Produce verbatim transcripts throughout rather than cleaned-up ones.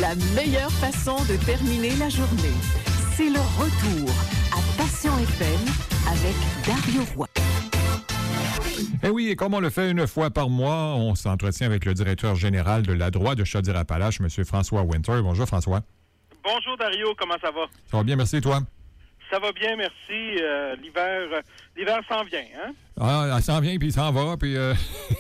La meilleure façon de terminer la journée, c'est le retour à Passion F M avec Dario Roy. Eh oui, et comme on le fait une fois par mois, on s'entretient avec le directeur général de l'A D R O I de Chaudière-Appalaches, M. François Winter. Bonjour, François. Bonjour, Dario. Comment ça va? Ça va bien, merci, toi? Ça va bien, merci. Euh, l'hiver, euh, l'hiver s'en vient, hein? Ah, elle s'en vient, puis il s'en va, puis... Euh...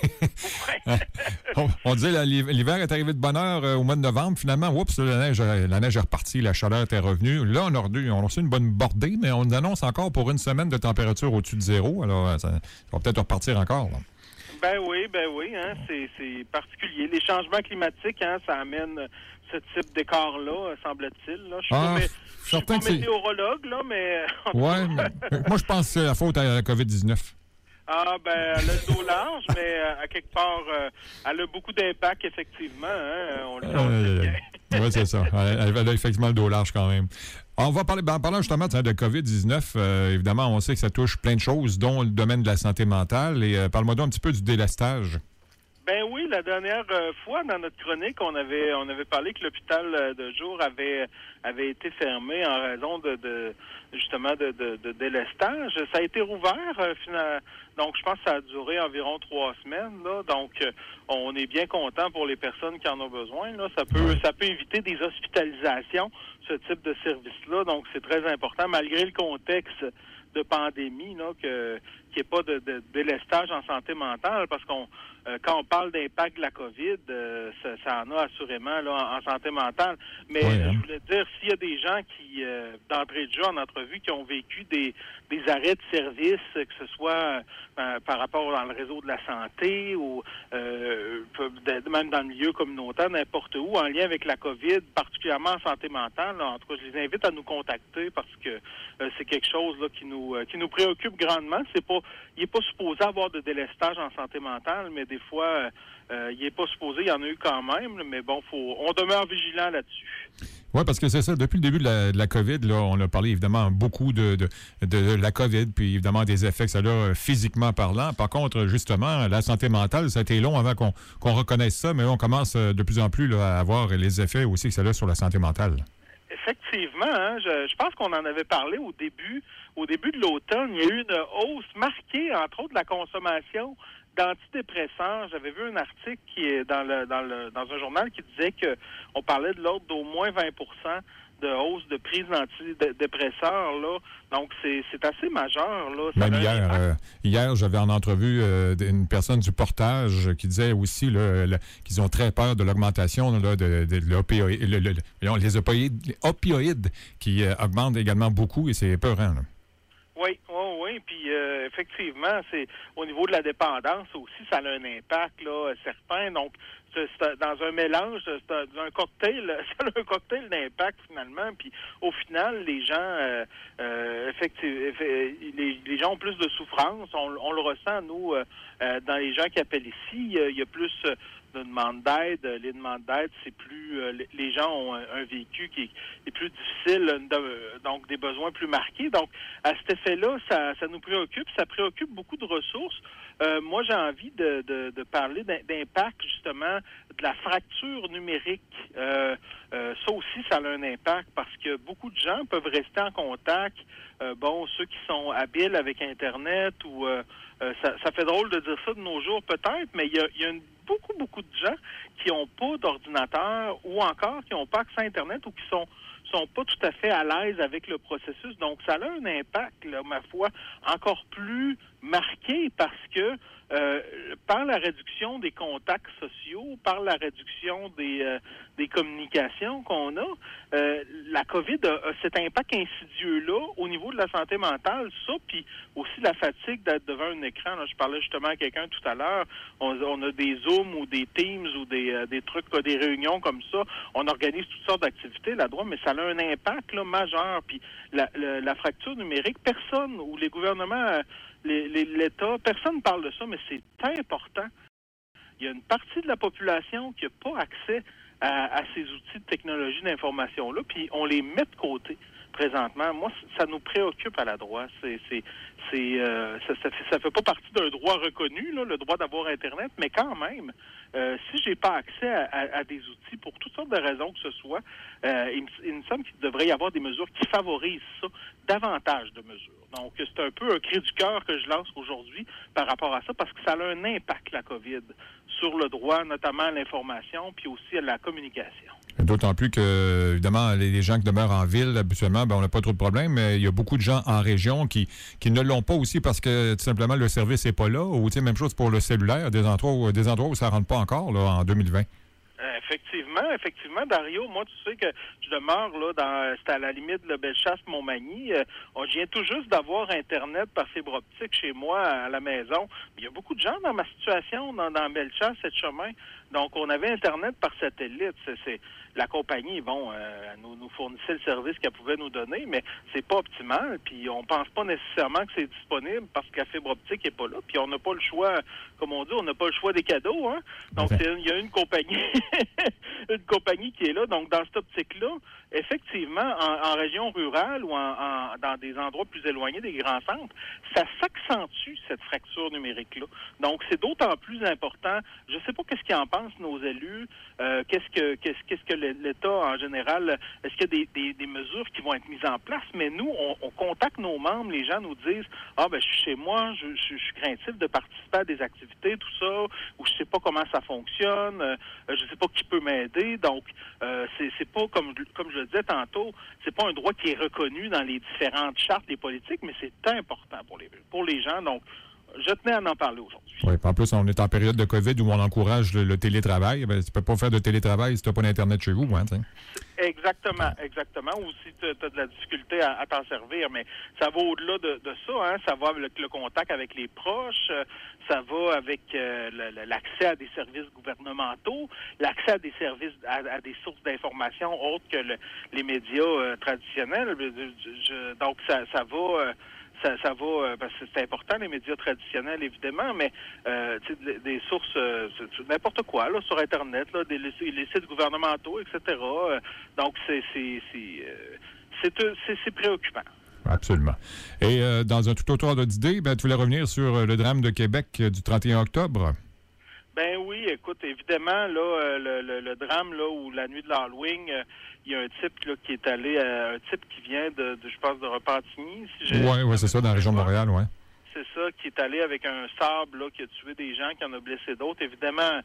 on, on disait là, l'hiver est arrivé de bonne heure euh, au mois de novembre. Finalement, oups, la neige, la neige est repartie, la chaleur est revenue. Là, on a, reçu, on a reçu une bonne bordée, mais on nous annonce encore pour une semaine de température au-dessus de zéro. Alors, ça, ça va peut-être repartir encore, là. Ben oui, ben oui, hein, c'est, c'est particulier. Les changements climatiques, hein, ça amène ce type d'écart-là, semble-t-il. Là. Je suis ah, pas, je suis pas météorologue, là, mais... ouais, mais moi, je pense que c'est la faute à la covid dix-neuf. Ah, ben, elle a le dos large, mais à quelque part, euh, elle a beaucoup d'impact, effectivement. Hein, on le sait euh, bien. Oui, c'est ça. Elle, elle a effectivement le dos large quand même. On va parler, en parlant justement de covid dix-neuf, euh, évidemment, on sait que ça touche plein de choses, dont le domaine de la santé mentale. Et euh, parle-moi donc un petit peu du délestage. Ben oui, la dernière euh, fois, dans notre chronique, on avait on avait parlé que l'hôpital de jour avait avait été fermé en raison de, de justement de, de, de délestage. Ça a été rouvert, euh, finalement. Donc, je pense que ça a duré environ trois semaines. Là. Donc, euh, on est bien content pour les personnes qui en ont besoin. Là. Ça peut ça peut éviter des hospitalisations, ce type de service-là. Donc, c'est très important, malgré le contexte de pandémie, là, que qu'il n'y ait pas de, de délestage en santé mentale, parce qu'on euh, quand on parle d'impact de la COVID, euh, ça, ça en a assurément là, en, en santé mentale. Mais oui, hein? Je voulais dire, s'il y a des gens qui, euh, d'entrée de jeu, en entrevue, qui ont vécu des, des arrêts de service, que ce soit euh, par rapport dans le réseau de la santé ou euh, même dans le milieu communautaire, n'importe où, en lien avec la COVID, particulièrement en santé mentale, là, en tout cas, je les invite à nous contacter parce que euh, c'est quelque chose là, qui nous euh, qui nous préoccupe grandement. C'est pas Il n'est pas supposé avoir de délestage en santé mentale, mais des fois, euh, il n'est pas supposé, il y en a eu quand même, mais bon, faut, on demeure vigilant là-dessus. Oui, parce que c'est ça, depuis le début de la, de la COVID, là, on a parlé évidemment beaucoup de, de, de la COVID, puis évidemment des effets que ça a physiquement parlant. Par contre, justement, la santé mentale, ça a été long avant qu'on, qu'on reconnaisse ça, mais on commence de plus en plus là, à avoir les effets aussi que ça a sur la santé mentale. Effectivement, hein, je, je pense qu'on en avait parlé au début, au début de l'automne. Il y a eu une hausse marquée, entre autres, de la consommation d'antidépresseurs. J'avais vu un article qui est dans le dans le dans un journal qui disait que on parlait de l'ordre d'au moins vingt pour cent de hausse de prise d'antidépresseurs, là. Donc, c'est, c'est assez majeur, là. Même hier, euh, hier, j'avais en entrevue euh, une personne du portage qui disait aussi là, là, qu'ils ont très peur de l'augmentation là, de, de, de l'opioïde, le, le, le, les opioïdes, les opioïdes qui euh, augmentent également beaucoup et c'est épeurant, là. Oui, oui, oui. Puis euh, effectivement, c'est au niveau de la dépendance aussi, ça a un impact là certain. Donc, c'est, c'est dans un mélange, c'est un, un cocktail, ça a un cocktail d'impact finalement. Puis au final, les gens, euh, euh, effectivement, les, les gens ont plus de souffrance. On, on le ressent nous euh, dans les gens qui appellent ici. Il y a plus de demandes d'aide. Les demandes d'aide, c'est plus euh, les gens ont un, un vécu qui est, est plus difficile, de, donc des besoins plus marqués. Donc, à cet effet-là, ça, ça nous préoccupe. Ça préoccupe beaucoup de ressources. Euh, moi, j'ai envie de, de, de parler d'impact, justement, de la fracture numérique. Euh, euh, ça aussi, ça a un impact parce que beaucoup de gens peuvent rester en contact. Euh, bon, ceux qui sont habiles avec Internet ou... Euh, euh, ça, ça fait drôle de dire ça de nos jours, peut-être, mais il y a, il y a une, beaucoup, beaucoup de gens qui n'ont pas d'ordinateur ou encore qui n'ont pas accès à Internet ou qui sont sont pas tout à fait à l'aise avec le processus. Donc, ça a un impact, là, ma foi, encore plus marqué parce que euh, par la réduction des contacts sociaux, par la réduction des, euh, des communications qu'on a, euh, la COVID a, a cet impact insidieux-là au niveau de la santé mentale, ça, puis aussi la fatigue d'être devant un écran. Là, je parlais justement à quelqu'un tout à l'heure, on, on a des Zooms ou des Teams ou des, euh, des trucs, des réunions comme ça, on organise toutes sortes d'activités là-dedans, mais ça a un impact là, majeur. Puis la, la, la fracture numérique, personne, ou les gouvernements, les, les, l'État, personne ne parle de ça, mais c'est important. Il y a une partie de la population qui n'a pas accès à, à ces outils de technologie d'information-là, puis on les met de côté présentement. Moi, ça nous préoccupe à la droite. C'est, c'est, c'est, euh, ça, ça, fait, ça fait pas partie d'un droit reconnu, là, le droit d'avoir Internet, mais quand même, euh, si j'ai pas accès à, à, à des outils pour toutes sortes de raisons que ce soit, euh, il, me, il me semble qu'il devrait y avoir des mesures qui favorisent ça, davantage de mesures. Donc, c'est un peu un cri du cœur que je lance aujourd'hui par rapport à ça, parce que ça a un impact, la COVID, sur le droit, notamment à l'information, puis aussi à la communication. D'autant plus que, évidemment, les gens qui demeurent en ville, habituellement, ben, on n'a pas trop de problèmes, mais il y a beaucoup de gens en région qui, qui ne l'ont pas aussi parce que, tout simplement, le service n'est pas là. Ou, tu sais, même chose pour le cellulaire, des endroits où, des endroits où ça ne rentre pas encore, là, en deux mille vingt. Euh, effectivement, effectivement, Dario, moi, tu sais que je demeure là dans, c'est à la limite de Bellechasse-Montmagny. Euh, on vient tout juste d'avoir Internet par fibre optique chez moi à la maison. Il y a beaucoup de gens dans ma situation, dans, dans Bellechasse, cette chemin. Donc, on avait Internet par satellite. C'est, c'est la compagnie, bon, euh, nous, nous fournissait le service qu'elle pouvait nous donner, mais c'est pas optimal. Puis, on pense pas nécessairement que c'est disponible parce que la fibre optique est pas là. Puis, on n'a pas le choix, comme on dit, on n'a pas le choix des cadeaux, hein. Donc, c'est, il y a une compagnie, une compagnie qui est là. Donc, dans cette optique-là, effectivement, en, en région rurale ou en, en, dans des endroits plus éloignés des grands centres, ça s'accentue, cette fracture numérique-là. Donc, c'est d'autant plus important. Je sais pas qu'est-ce qu'ils en pensent, nos élus. Euh, qu'est-ce que qu'est-ce, qu'est-ce que l'État, en général, est-ce qu'il y a des, des, des mesures qui vont être mises en place? Mais nous, on, on contacte nos membres, les gens nous disent « Ah, ben je suis chez moi, je, je, je suis craintif de participer à des activités, tout ça, ou je sais pas comment ça fonctionne, euh, je sais pas qui peut m'aider. » Donc, euh, c'est, c'est pas, comme, comme je le disais tantôt, c'est pas un droit qui est reconnu dans les différentes chartes des politiques, mais c'est important pour les, pour les gens. Donc, je tenais à en parler aujourd'hui. Oui, en plus, on est en période de COVID où on encourage le, le télétravail. Ben, tu ne peux pas faire de télétravail si tu n'as pas d'Internet chez vous. Hein, exactement, exactement. Ou si tu as de la difficulté à, à t'en servir. Mais ça va au-delà de, de ça. Hein. Ça va avec le, le contact avec les proches. Euh, ça va avec euh, le, l'accès à des services gouvernementaux, l'accès à des services, à, à des sources d'information autres que le, les médias euh, traditionnels. Je, je, donc, ça, ça va... Euh, Ça, ça va, parce que c'est important, les médias traditionnels, évidemment, mais euh, des sources, euh, n'importe quoi, là, sur Internet, là, des, les, les sites gouvernementaux, et cetera. Euh, donc, c'est, c'est, c'est, euh, c'est, c'est, c'est préoccupant. Absolument. Et euh, dans un tout autre ordre d'idée, ben, tu voulais revenir sur le drame de Québec du trente et un octobre? Ben oui, écoute, évidemment, là, le, le, le drame, là, où la nuit de l'Halloween, euh, il y a un type là, qui est allé, euh, un type qui vient de, de je pense, de Repentigny. Si oui, ouais, c'est ça, dans la région de Montréal, oui. C'est ça, qui est allé avec un sable, là, qui a tué des gens, qui en a blessé d'autres. Évidemment,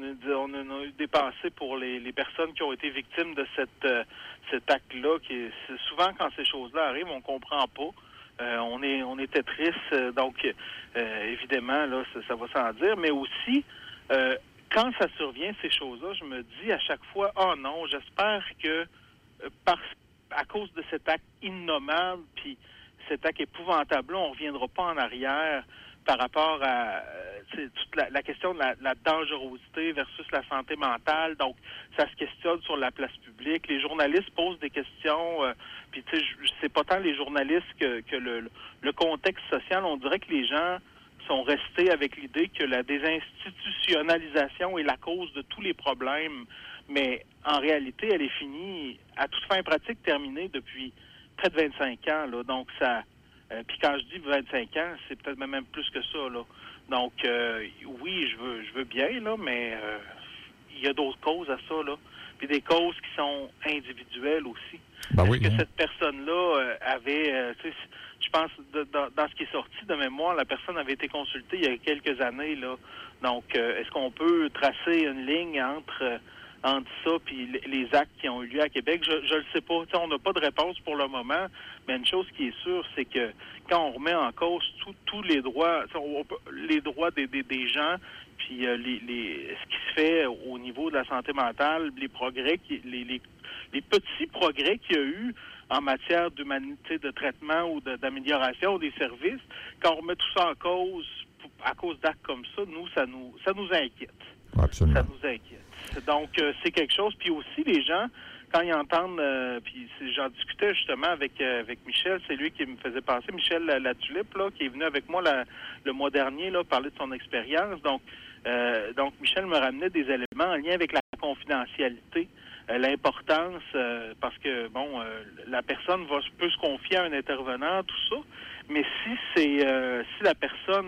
on a eu des pensées pour les, les personnes qui ont été victimes de cette, euh, cet acte-là. Qui est, c'est souvent, quand ces choses-là arrivent, on comprend pas. Euh, on est, on était triste, donc euh, évidemment, là, ça, ça va sans dire, mais aussi... Euh, quand ça survient, ces choses-là, je me dis à chaque fois, « Oh non, j'espère que euh, parce, à cause de cet acte innommable, puis cet acte épouvantable, on ne reviendra pas en arrière par rapport à euh, toute la, la question de la, la dangerosité versus la santé mentale. Donc, ça se questionne sur la place publique. Les journalistes posent des questions, euh, puis tu sais, c'est pas tant les journalistes que, que le, le contexte social. On dirait que les gens... sont restés avec l'idée que la désinstitutionnalisation est la cause de tous les problèmes, mais en réalité, elle est finie, à toute fin pratique, terminée depuis près de vingt-cinq ans. Là. Donc, ça... Euh, puis quand je dis vingt-cinq ans, c'est peut-être même plus que ça. Là. Donc, euh, oui, je veux je veux bien, là, mais euh, il y a d'autres causes à ça. Là. Puis des causes qui sont individuelles aussi. Ben Est-ce oui, que hein. cette personne-là euh, avait... Euh, je pense, de, dans, dans ce qui est sorti de mémoire, la personne avait été consultée il y a quelques années. Là. Donc, euh, est-ce qu'on peut tracer une ligne entre, euh, entre ça et les actes qui ont eu lieu à Québec? Je ne le sais pas. T'sais, on n'a pas de réponse pour le moment, mais une chose qui est sûre, c'est que quand on remet en cause tous les droits, on, les droits des, des, des gens, puis euh, les, les, ce qui se fait au niveau de la santé mentale, les progrès, qui, les, les, les petits progrès qu'il y a eu en matière d'humanité, de traitement ou de, d'amélioration des services, quand on remet tout ça en cause, à cause d'actes comme ça, nous, ça nous ça nous inquiète. Absolument. Ça nous inquiète. Donc, euh, c'est quelque chose. Puis aussi, les gens, quand ils entendent, euh, puis j'en discutais justement avec euh, avec Michel, c'est lui qui me faisait penser, Michel la, la Tulipe, là, qui est venu avec moi la, le mois dernier, là, parler de son expérience. Donc, euh, donc, Michel me ramenait des éléments en lien avec la confidentialité. Euh, l'importance, euh, parce que, bon, euh, la personne va peut se confier à un intervenant, tout ça, mais si c'est euh, si la personne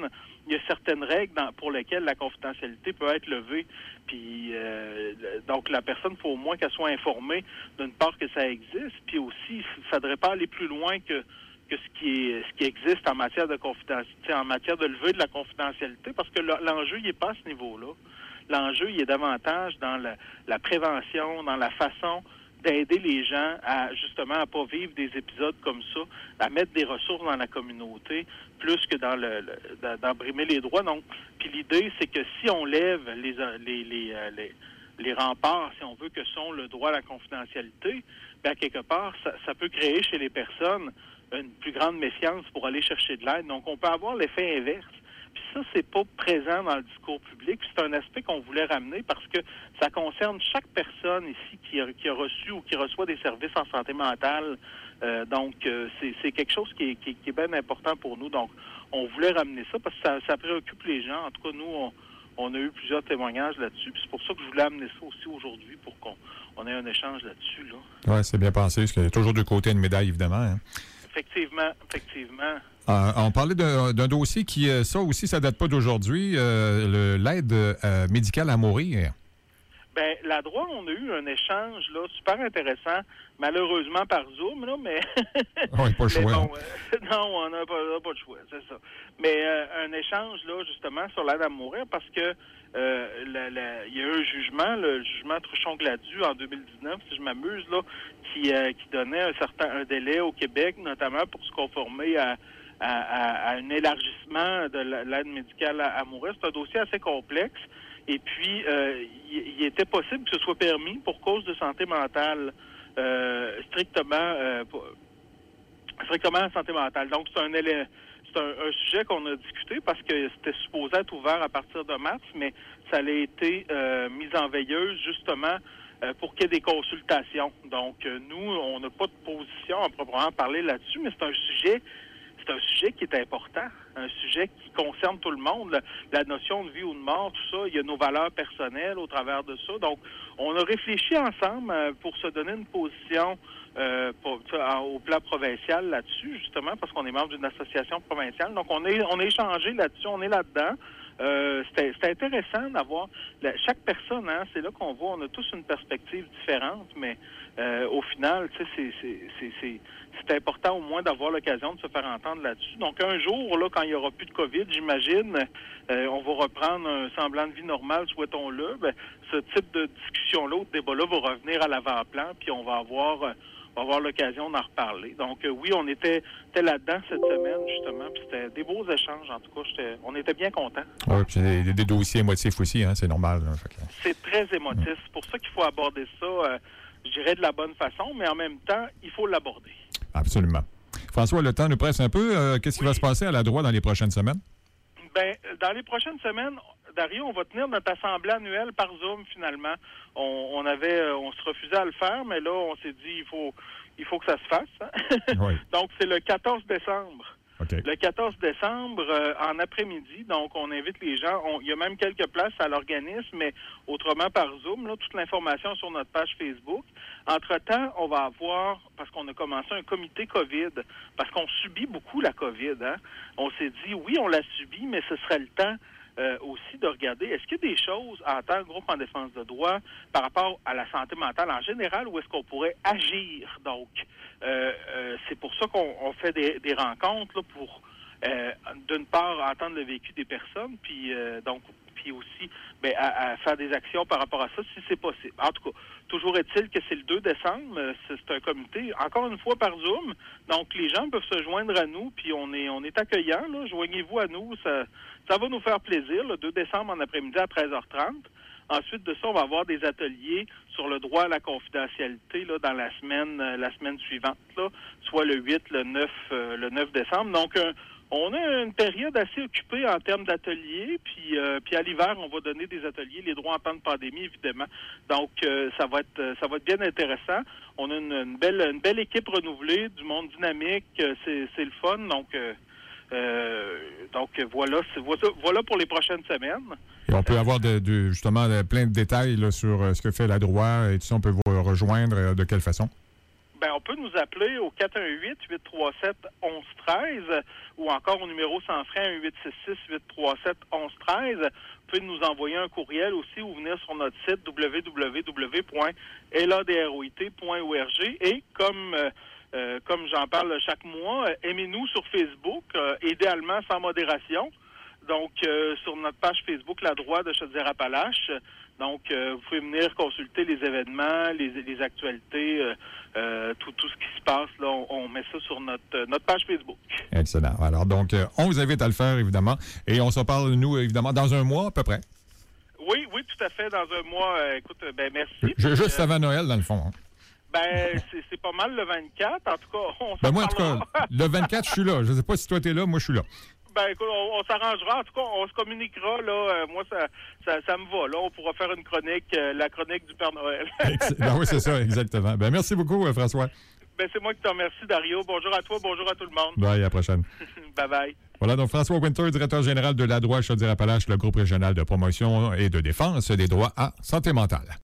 il y a certaines règles dans, pour lesquelles la confidentialité peut être levée. Puis, euh, donc, la personne, il faut au moins qu'elle soit informée, d'une part, que ça existe, puis aussi, il ne faudrait pas aller plus loin que, que ce qui est, ce qui existe en matière de confidentialité, en matière de levée de la confidentialité, parce que l'enjeu, il n'est pas à ce niveau-là. L'enjeu, il est davantage dans la, la prévention, dans la façon d'aider les gens à, justement, à pas vivre des épisodes comme ça, à mettre des ressources dans la communauté, plus que dans le, le dans brimer les droits. Donc, puis l'idée, c'est que si on lève les les, les, les, les remparts, si on veut, que sont le droit à la confidentialité, bien, quelque part, ça, ça peut créer chez les personnes une plus grande méfiance pour aller chercher de l'aide. Donc, on peut avoir l'effet inverse. Puis ça, c'est pas présent dans le discours public. Puis c'est un aspect qu'on voulait ramener parce que ça concerne chaque personne ici qui a, qui a reçu ou qui reçoit des services en santé mentale. Euh, donc, euh, c'est, c'est quelque chose qui est, qui, qui est bien important pour nous. Donc, on voulait ramener ça parce que ça, ça préoccupe les gens. En tout cas, nous, on, on a eu plusieurs témoignages là-dessus. Puis c'est pour ça que je voulais amener ça aussi aujourd'hui pour qu'on on ait un échange là-dessus. Là. Oui, c'est bien pensé. Parce qu'il y a toujours deux côtés d'une médaille, évidemment. Hein. Effectivement, effectivement. Euh, on parlait d'un, d'un dossier qui, euh, ça aussi, ça date pas d'aujourd'hui, euh, le, l'aide euh, médicale à mourir. Bien, la droite, on a eu un échange là super intéressant, malheureusement par Zoom, là, mais... oui, pas le choix. Bon, euh, non, on n'a pas, pas de choix, c'est ça. Mais euh, un échange, là, justement, sur l'aide à mourir, parce que euh, la, la, il y a eu un jugement, le jugement Truchon-Gladu en deux mille dix-neuf, si je m'amuse, là, qui, euh, qui donnait un certain un délai au Québec, notamment pour se conformer à, à, à, à un élargissement de l'aide médicale à, à mourir. C'est un dossier assez complexe. Et puis, euh, il, il était possible que ce soit permis pour cause de santé mentale, euh, strictement, euh, strictement la santé mentale. Donc, c'est un, c'est un, un sujet qu'on a discuté parce que c'était supposé être ouvert à partir de mars, mais ça a été euh, mis en veilleuse, justement, euh, pour qu'il y ait des consultations. Donc, euh, nous, on n'a pas de position à proprement parler là-dessus, mais c'est un sujet... C'est un sujet qui est important, un sujet qui concerne tout le monde. La, la notion de vie ou de mort, tout ça, il y a nos valeurs personnelles au travers de ça. Donc, on a réfléchi ensemble euh, pour se donner une position euh, pour, au plan provincial là-dessus, justement, parce qu'on est membre d'une association provinciale. Donc, on est on a échangé là-dessus, on est là-dedans. Euh, c'était, c'était intéressant d'avoir la, chaque personne, hein, c'est là qu'on voit, on a tous une perspective différente, mais euh, au final, tu sais, c'est, c'est, c'est, c'est, c'est important au moins d'avoir l'occasion de se faire entendre là-dessus. Donc un jour, là, quand il n'y aura plus de COVID, j'imagine, euh, on va reprendre un semblant de vie normale, souhaitons-le. Ben, ce type de discussion-là, ou de débat-là, va revenir à l'avant-plan, puis on va avoir euh, on va avoir l'occasion d'en reparler. Donc, euh, oui, on était, était là-dedans cette semaine, justement, puis c'était des beaux échanges, en tout cas. J'étais, on était bien contents. Oui, puis des, des dossiers émotifs aussi, hein, c'est normal. Là, fait que... C'est très émotif. Mmh. C'est pour ça qu'il faut aborder ça, euh, je dirais, de la bonne façon, mais en même temps, il faut l'aborder. Absolument. François, le temps nous presse un peu. Euh, qu'est-ce qui oui. va se passer à la droite dans les prochaines semaines? Bien, dans les prochaines semaines, Dario, on va tenir notre assemblée annuelle par Zoom, finalement. On, on avait, on se refusait à le faire, mais là, on s'est dit, il faut, il faut que ça se fasse. Hein? Oui. Donc, c'est le quatorze décembre. Okay. Le quatorze décembre, euh, en après-midi, donc on invite les gens. On, il y a même quelques places à l'organisme, mais autrement par Zoom, là, toute l'information sur notre page Facebook. Entre-temps, on va avoir, parce qu'on a commencé un comité COVID, parce qu'on subit beaucoup la COVID. Hein? On s'est dit, oui, on l'a subi, mais ce serait le temps Euh, aussi de regarder, est-ce qu'il y a des choses en tant que groupe en défense de droit par rapport à la santé mentale en général où est-ce qu'on pourrait agir? Donc, euh, euh, c'est pour ça qu'on on fait des, des rencontres là, pour, euh, d'une part, entendre le vécu des personnes, puis euh, donc puis aussi ben, à, à faire des actions par rapport à ça, si c'est possible. En tout cas, toujours est-il que c'est le deux décembre, c'est, c'est un comité, encore une fois par Zoom, donc les gens peuvent se joindre à nous, puis on est on est accueillants, là, joignez-vous à nous, ça, ça va nous faire plaisir, le deux décembre en après-midi à treize heures trente. Ensuite de ça, on va avoir des ateliers sur le droit à la confidentialité là, dans la semaine la semaine suivante, là, soit le huit, le neuf, euh, le neuf décembre. Donc, un On a une période assez occupée en termes d'ateliers, puis, euh, puis à l'hiver, on va donner des ateliers, les droits en temps de pandémie, évidemment. Donc, euh, ça va être ça va être bien intéressant. On a une, une belle une belle équipe renouvelée, du monde dynamique, c'est, c'est le fun. Donc, euh, euh, donc voilà, c'est, voilà pour les prochaines semaines. Et on peut avoir de, de, justement de, plein de détails là, sur ce que fait la droite et tout ça. On peut vous rejoindre de quelle façon? ben, on peut nous appeler au quatre un huit, huit trois sept, un un un trois ou encore au numéro sans frais un huit six six, huit trois sept, un un un trois. Vous pouvez nous envoyer un courriel aussi ou venir sur notre site w w w point l a d r o i t point org et comme euh, euh, comme j'en parle chaque mois, euh, aimez-nous sur Facebook, euh, idéalement sans modération. Donc, euh, sur notre page Facebook, La Droite de Chaudière-Appalaches. Donc, euh, vous pouvez venir consulter les événements, les, les actualités, euh, euh, tout, tout ce qui se passe. Là, on, on met ça sur notre, notre page Facebook. Excellent. Alors, donc, euh, on vous invite à le faire, évidemment. Et on se parle, nous, évidemment, dans un mois, à peu près. Oui, oui, tout à fait. Dans un mois, euh, écoute, ben merci. Je, juste avant Noël, dans le fond. Hein. Ben, c'est, c'est pas mal le vingt-quatre. En tout cas, on s'en ben moi, en tout parlera. cas, le vingt-quatre, je suis là. Je ne sais pas si toi, tu es là. Moi, je suis là. Ben écoute, on, on s'arrangera. En tout cas, on se communiquera. Là, euh, moi, ça, ça, ça me va. Là, on pourra faire une chronique, euh, la chronique du Père Noël. Ben oui, c'est ça, exactement. Ben merci beaucoup, François. Ben c'est moi qui te remercie, Dario. Bonjour à toi, bonjour à tout le monde. Bye, à la prochaine. Bye bye. Voilà, donc François Winter, directeur général de La Droite Chaudière-Appalaches, le groupe régional de promotion et de défense des droits à santé mentale.